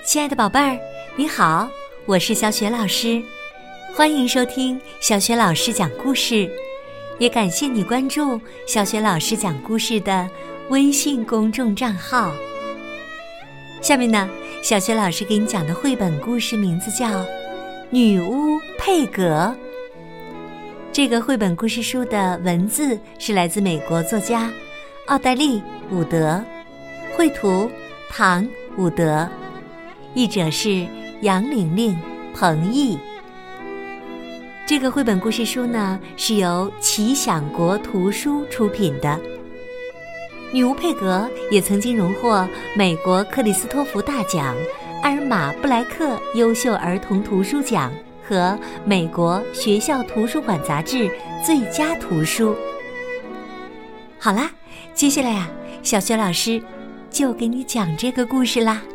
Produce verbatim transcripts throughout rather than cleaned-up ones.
亲爱的宝贝儿，你好，我是小雪老师，欢迎收听小雪老师讲故事，也感谢你关注小雪老师讲故事的微信公众账号。下面呢，小雪老师给你讲的绘本故事名字叫《女巫佩格》。这个绘本故事书的文字是来自美国作家奥黛丽·伍德，绘图唐·伍德，译者是杨玲玲、彭毅。这个绘本故事书呢，是由奇想国图书出品的。女巫佩格也曾经荣获美国克里斯托弗大奖、埃尔玛布莱克优秀儿童图书奖和美国学校图书馆杂志最佳图书。好啦，接下来呀、啊，小雪老师就给你讲这个故事啦。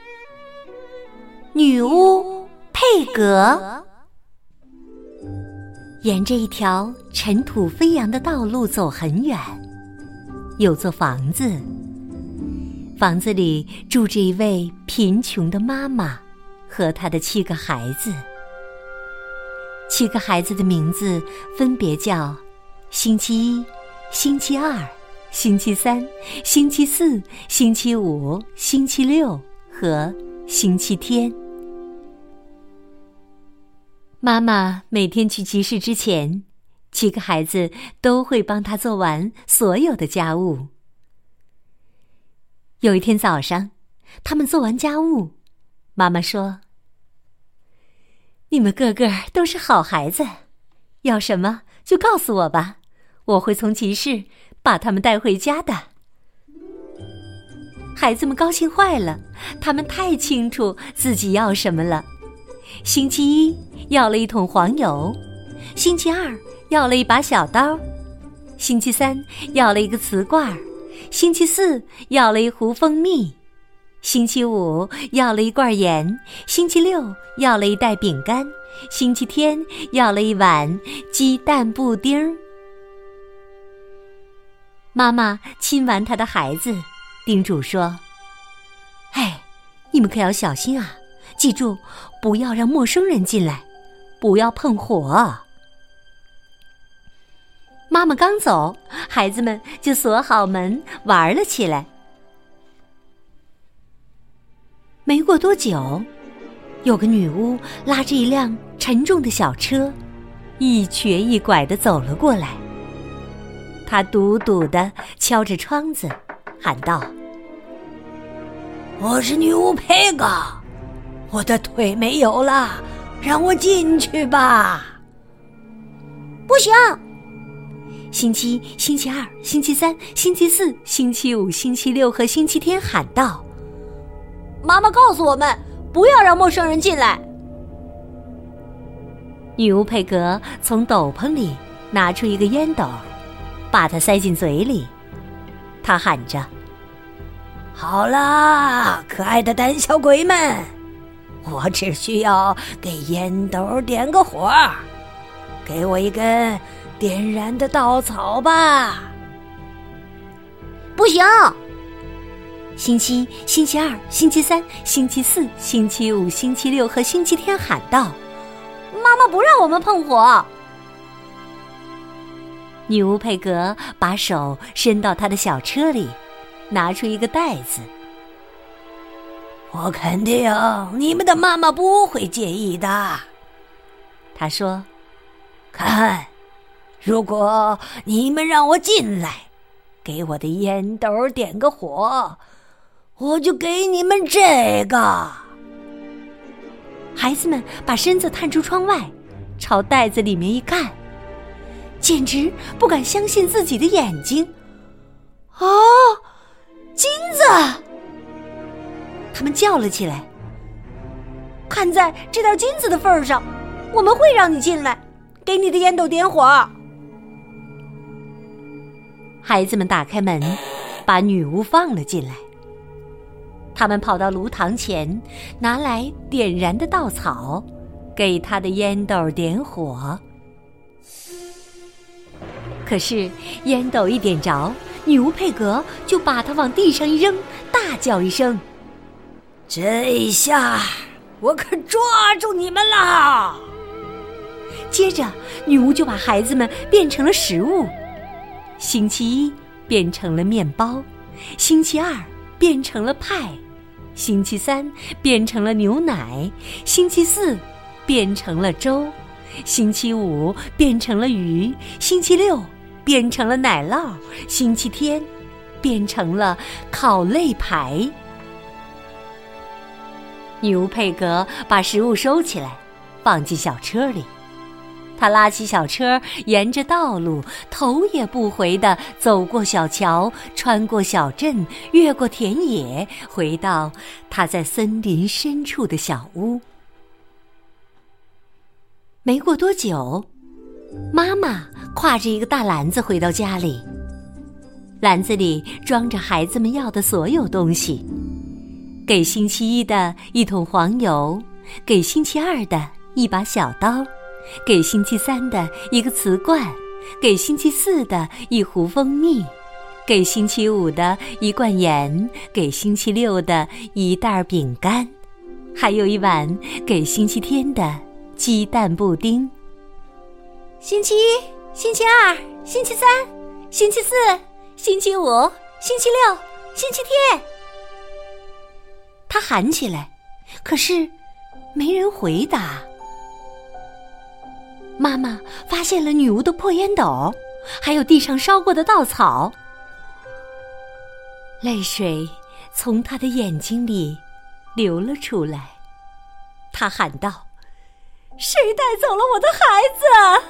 女巫佩格。沿着一条尘土飞扬的道路走很远，有座房子，房子里住着一位贫穷的妈妈和她的七个孩子。七个孩子的名字分别叫星期一、星期二、星期三、星期四、星期五、星期六和星期天。妈妈每天去集市之前，七个孩子都会帮她做完所有的家务。有一天早上，他们做完家务，妈妈说：“你们个个都是好孩子，要什么就告诉我吧，我会从集市把他们带回家的。”孩子们高兴坏了，他们太清楚自己要什么了。星期一要了一桶黄油，星期二要了一把小刀，星期三要了一个瓷罐，星期四要了一壶蜂蜜，星期五要了一罐盐，星期六要了一袋饼干，星期天要了一碗鸡蛋布丁。妈妈亲完她的孩子，叮嘱说：“哎，你们可要小心啊，记住不要让陌生人进来，不要碰火。”妈妈刚走，孩子们就锁好门玩了起来。没过多久，有个女巫拉着一辆沉重的小车，一瘸一拐地走了过来。她笃笃地敲着窗子，喊道：“ 我是女巫佩格，我的腿没有了，让我进去吧。” 不行！星期一、星期二、星期三、星期四、星期五、星期六和星期天喊道：“ 妈妈告诉我们，不要让陌生人进来。” 女巫佩格从斗篷里拿出一个烟斗，把它塞进嘴里。她喊着：“ 好啦，可爱的胆小鬼们，我只需要给烟斗点个火，给我一根点燃的稻草吧。” 不行！ 星期一、星期二、星期三、星期四、星期五、星期六和星期天喊道：“ 妈妈不让我们碰火。” 女巫佩格把手伸到她的小车里，拿出一个袋子。 “我肯定你们的妈妈不会介意的。” 她说：“ 看，如果你们让我进来，给我的烟斗点个火，我就给你们这个。” 孩子们把身子探出窗外，朝袋子里面一看，简直不敢相信自己的眼睛。“哦，金子！”他们叫了起来。 “看在这袋金子的份上，我们会让你进来，给你的烟斗点火。” 孩子们打开门，把女巫放了进来。他们跑到炉膛前，拿来点燃的稻草，给她的烟斗点火。可是烟斗一点着，女巫佩格就把它往地上一扔，大叫一声：“ 这一下我可抓住你们了！ 接着，女巫就把孩子们变成了食物。星期一变成了面包，星期二变成了派，星期三变成了牛奶，星期四变成了粥，星期五变成了鱼，星期六变成了奶酪，星期天变成了烤肋排。女巫佩格把食物收起来，放进小车里。她拉起小车，沿着道路头也不回地走过小桥，穿过小镇，越过田野，回到她在森林深处的小屋。没过多久，妈妈挎着一个大篮子回到家里，篮子里装着孩子们要的所有东西，给星期一的一桶黄油，给星期二的一把小刀，给星期三的一个瓷罐，给星期四的一壶蜂蜜，给星期五的一罐盐，给星期六的一袋饼干，还有一碗给星期天的鸡蛋布丁。 星期一、星期二、星期三、星期四、星期五、星期六、星期天， 他喊起来，可是没人回答。妈妈发现了女巫的破烟斗，还有地上烧过的稻草。泪水从她的眼睛里流了出来，她喊道：“ 谁带走了我的孩子？”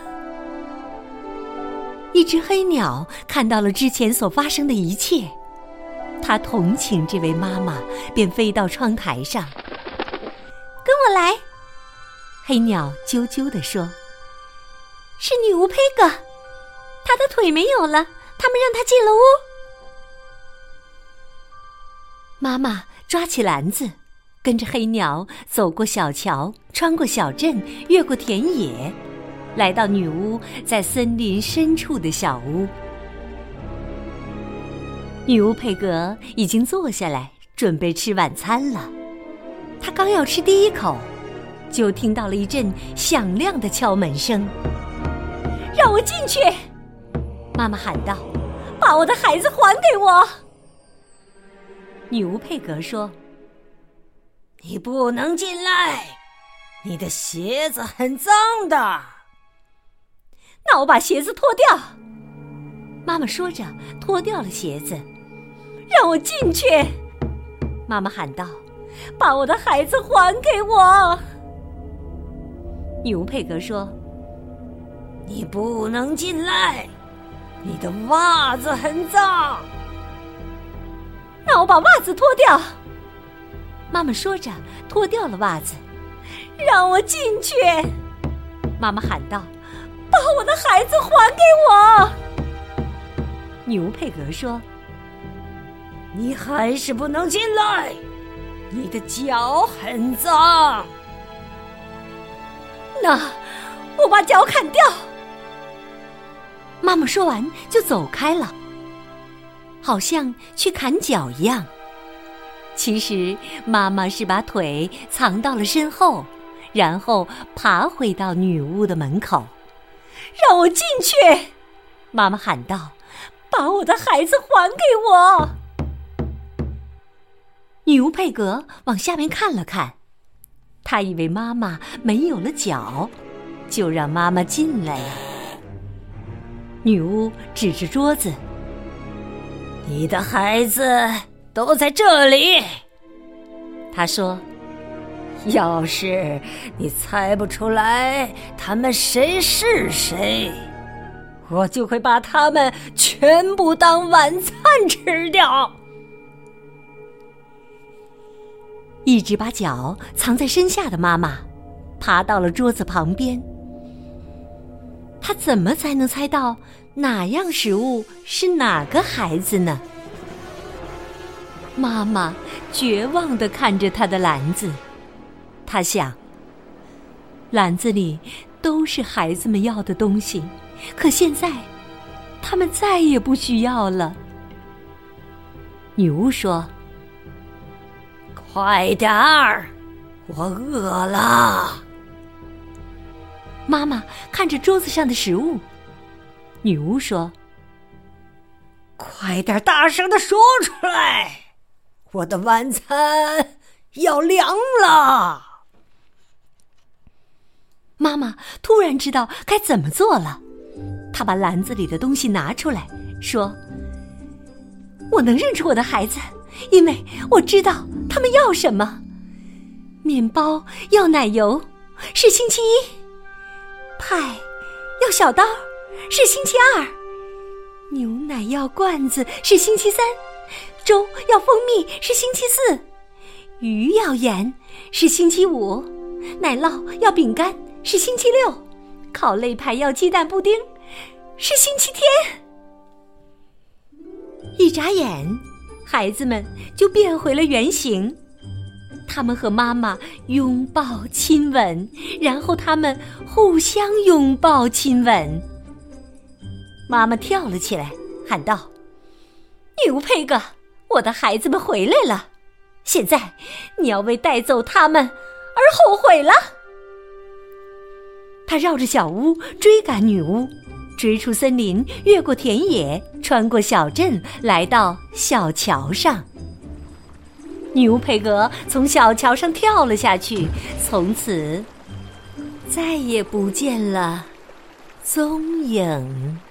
一只黑鸟看到了之前所发生的一切，它同情这位妈妈，便飞到窗台上。 “跟我来！” 黑鸟啾啾地说。 “是女巫佩格，她的腿没有了，他们让她进了屋。” 妈妈抓起篮子，跟着黑鸟走过小桥，穿过小镇，越过田野，来到女巫在森林深处的小屋。女巫佩格已经坐下来准备吃晚餐了，她刚要吃第一口，就听到了一阵响亮的敲门声。 “让我进去！” 妈妈喊道，“ 把我的孩子还给我！” 女巫佩格说：“ 你不能进来，你的鞋子很脏的。”“ 那我把鞋子脱掉。” 妈妈说着脱掉了鞋子。 “让我进去！” 妈妈喊道，“ 把我的孩子还给我！” 女巫佩格说：“ 你不能进来，你的袜子很脏。”“ 那我把袜子脱掉。” 妈妈说着脱掉了袜子。 “让我进去！” 妈妈喊道，“ 把我的孩子还给我！” 女巫佩格说：“ 你还是不能进来，你的脚很脏。”“ 那我把脚砍掉。” 妈妈说完就走开了，好像去砍脚一样。其实妈妈是把腿藏到了身后，然后爬回到女巫的门口。 “让我进去！” 妈妈喊道，“ 把我的孩子还给我！” 女巫佩格往下面看了看，她以为妈妈没有了脚，就让妈妈进来了。女巫指着桌子：“ 你的孩子都在这里。” 她说：“ 要是你猜不出来他们谁是谁，我就会把他们全部当晚餐吃掉。” 一直把脚藏在身下的妈妈爬到了桌子旁边。她怎么才能猜到哪样食物是哪个孩子呢？妈妈绝望地看着她的篮子，她想，篮子里都是孩子们要的东西，可现在他们再也不需要了。女巫说：“ 快点儿，我饿了。 妈妈看着桌子上的食物，女巫说： 快点大声地说出来，我的晚餐要凉了。 妈妈突然知道该怎么做了，她把篮子里的东西拿出来，说：我能认出我的孩子，因为我知道他们要什么。面包要奶油，是星期一；派要小刀，是星期二；牛奶要罐子，是星期三；粥要蜂蜜，是星期四；鱼要盐，是星期五；奶酪要饼干，是星期六；烤肋排要鸡蛋布丁，是星期天。一眨眼，孩子们就变回了原形。他们和妈妈拥抱亲吻，然后他们互相拥抱亲吻。妈妈跳了起来，喊道：女巫佩格，我的孩子们回来了，现在你要为带走他们而后悔了。她绕着小屋追赶女巫，追出森林，越过田野，穿过小镇，来到小桥上。女巫佩格从小桥上跳了下去，从此再也不见了踪影。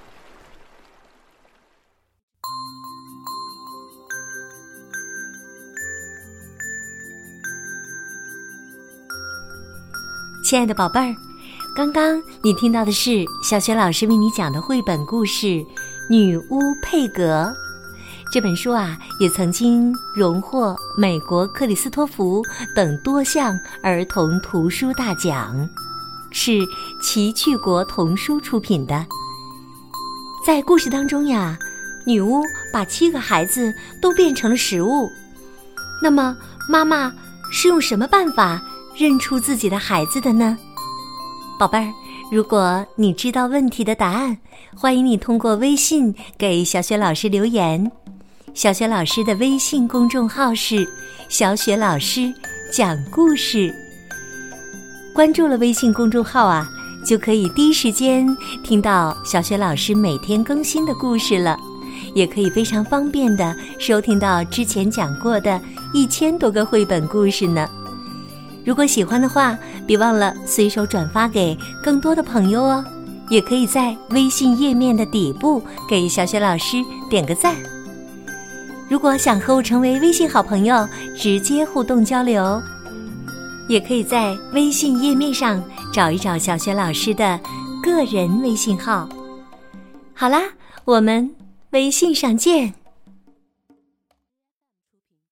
亲爱的宝贝儿，刚刚你听到的是小雪老师为你讲的绘本故事《女巫佩格》。这本书啊，也曾经荣获美国克里斯托弗等多项儿童图书大奖，是奇趣国童书出品的。在故事当中呀，女巫把七个孩子都变成了食物。那么，妈妈是用什么办法认出自己的孩子的呢？宝贝儿，如果你知道问题的答案，欢迎你通过微信给小雪老师留言。小雪老师的微信公众号是小雪老师讲故事。关注了微信公众号啊，就可以第一时间听到小雪老师每天更新的故事了，也可以非常方便的收听到之前讲过的一千多个绘本故事呢。如果喜欢的话，别忘了随手转发给更多的朋友哦，也可以在微信页面的底部给小雪老师点个赞。如果想和我成为微信好朋友，直接互动交流，也可以在微信页面上找一找小雪老师的个人微信号。好啦，我们微信上见。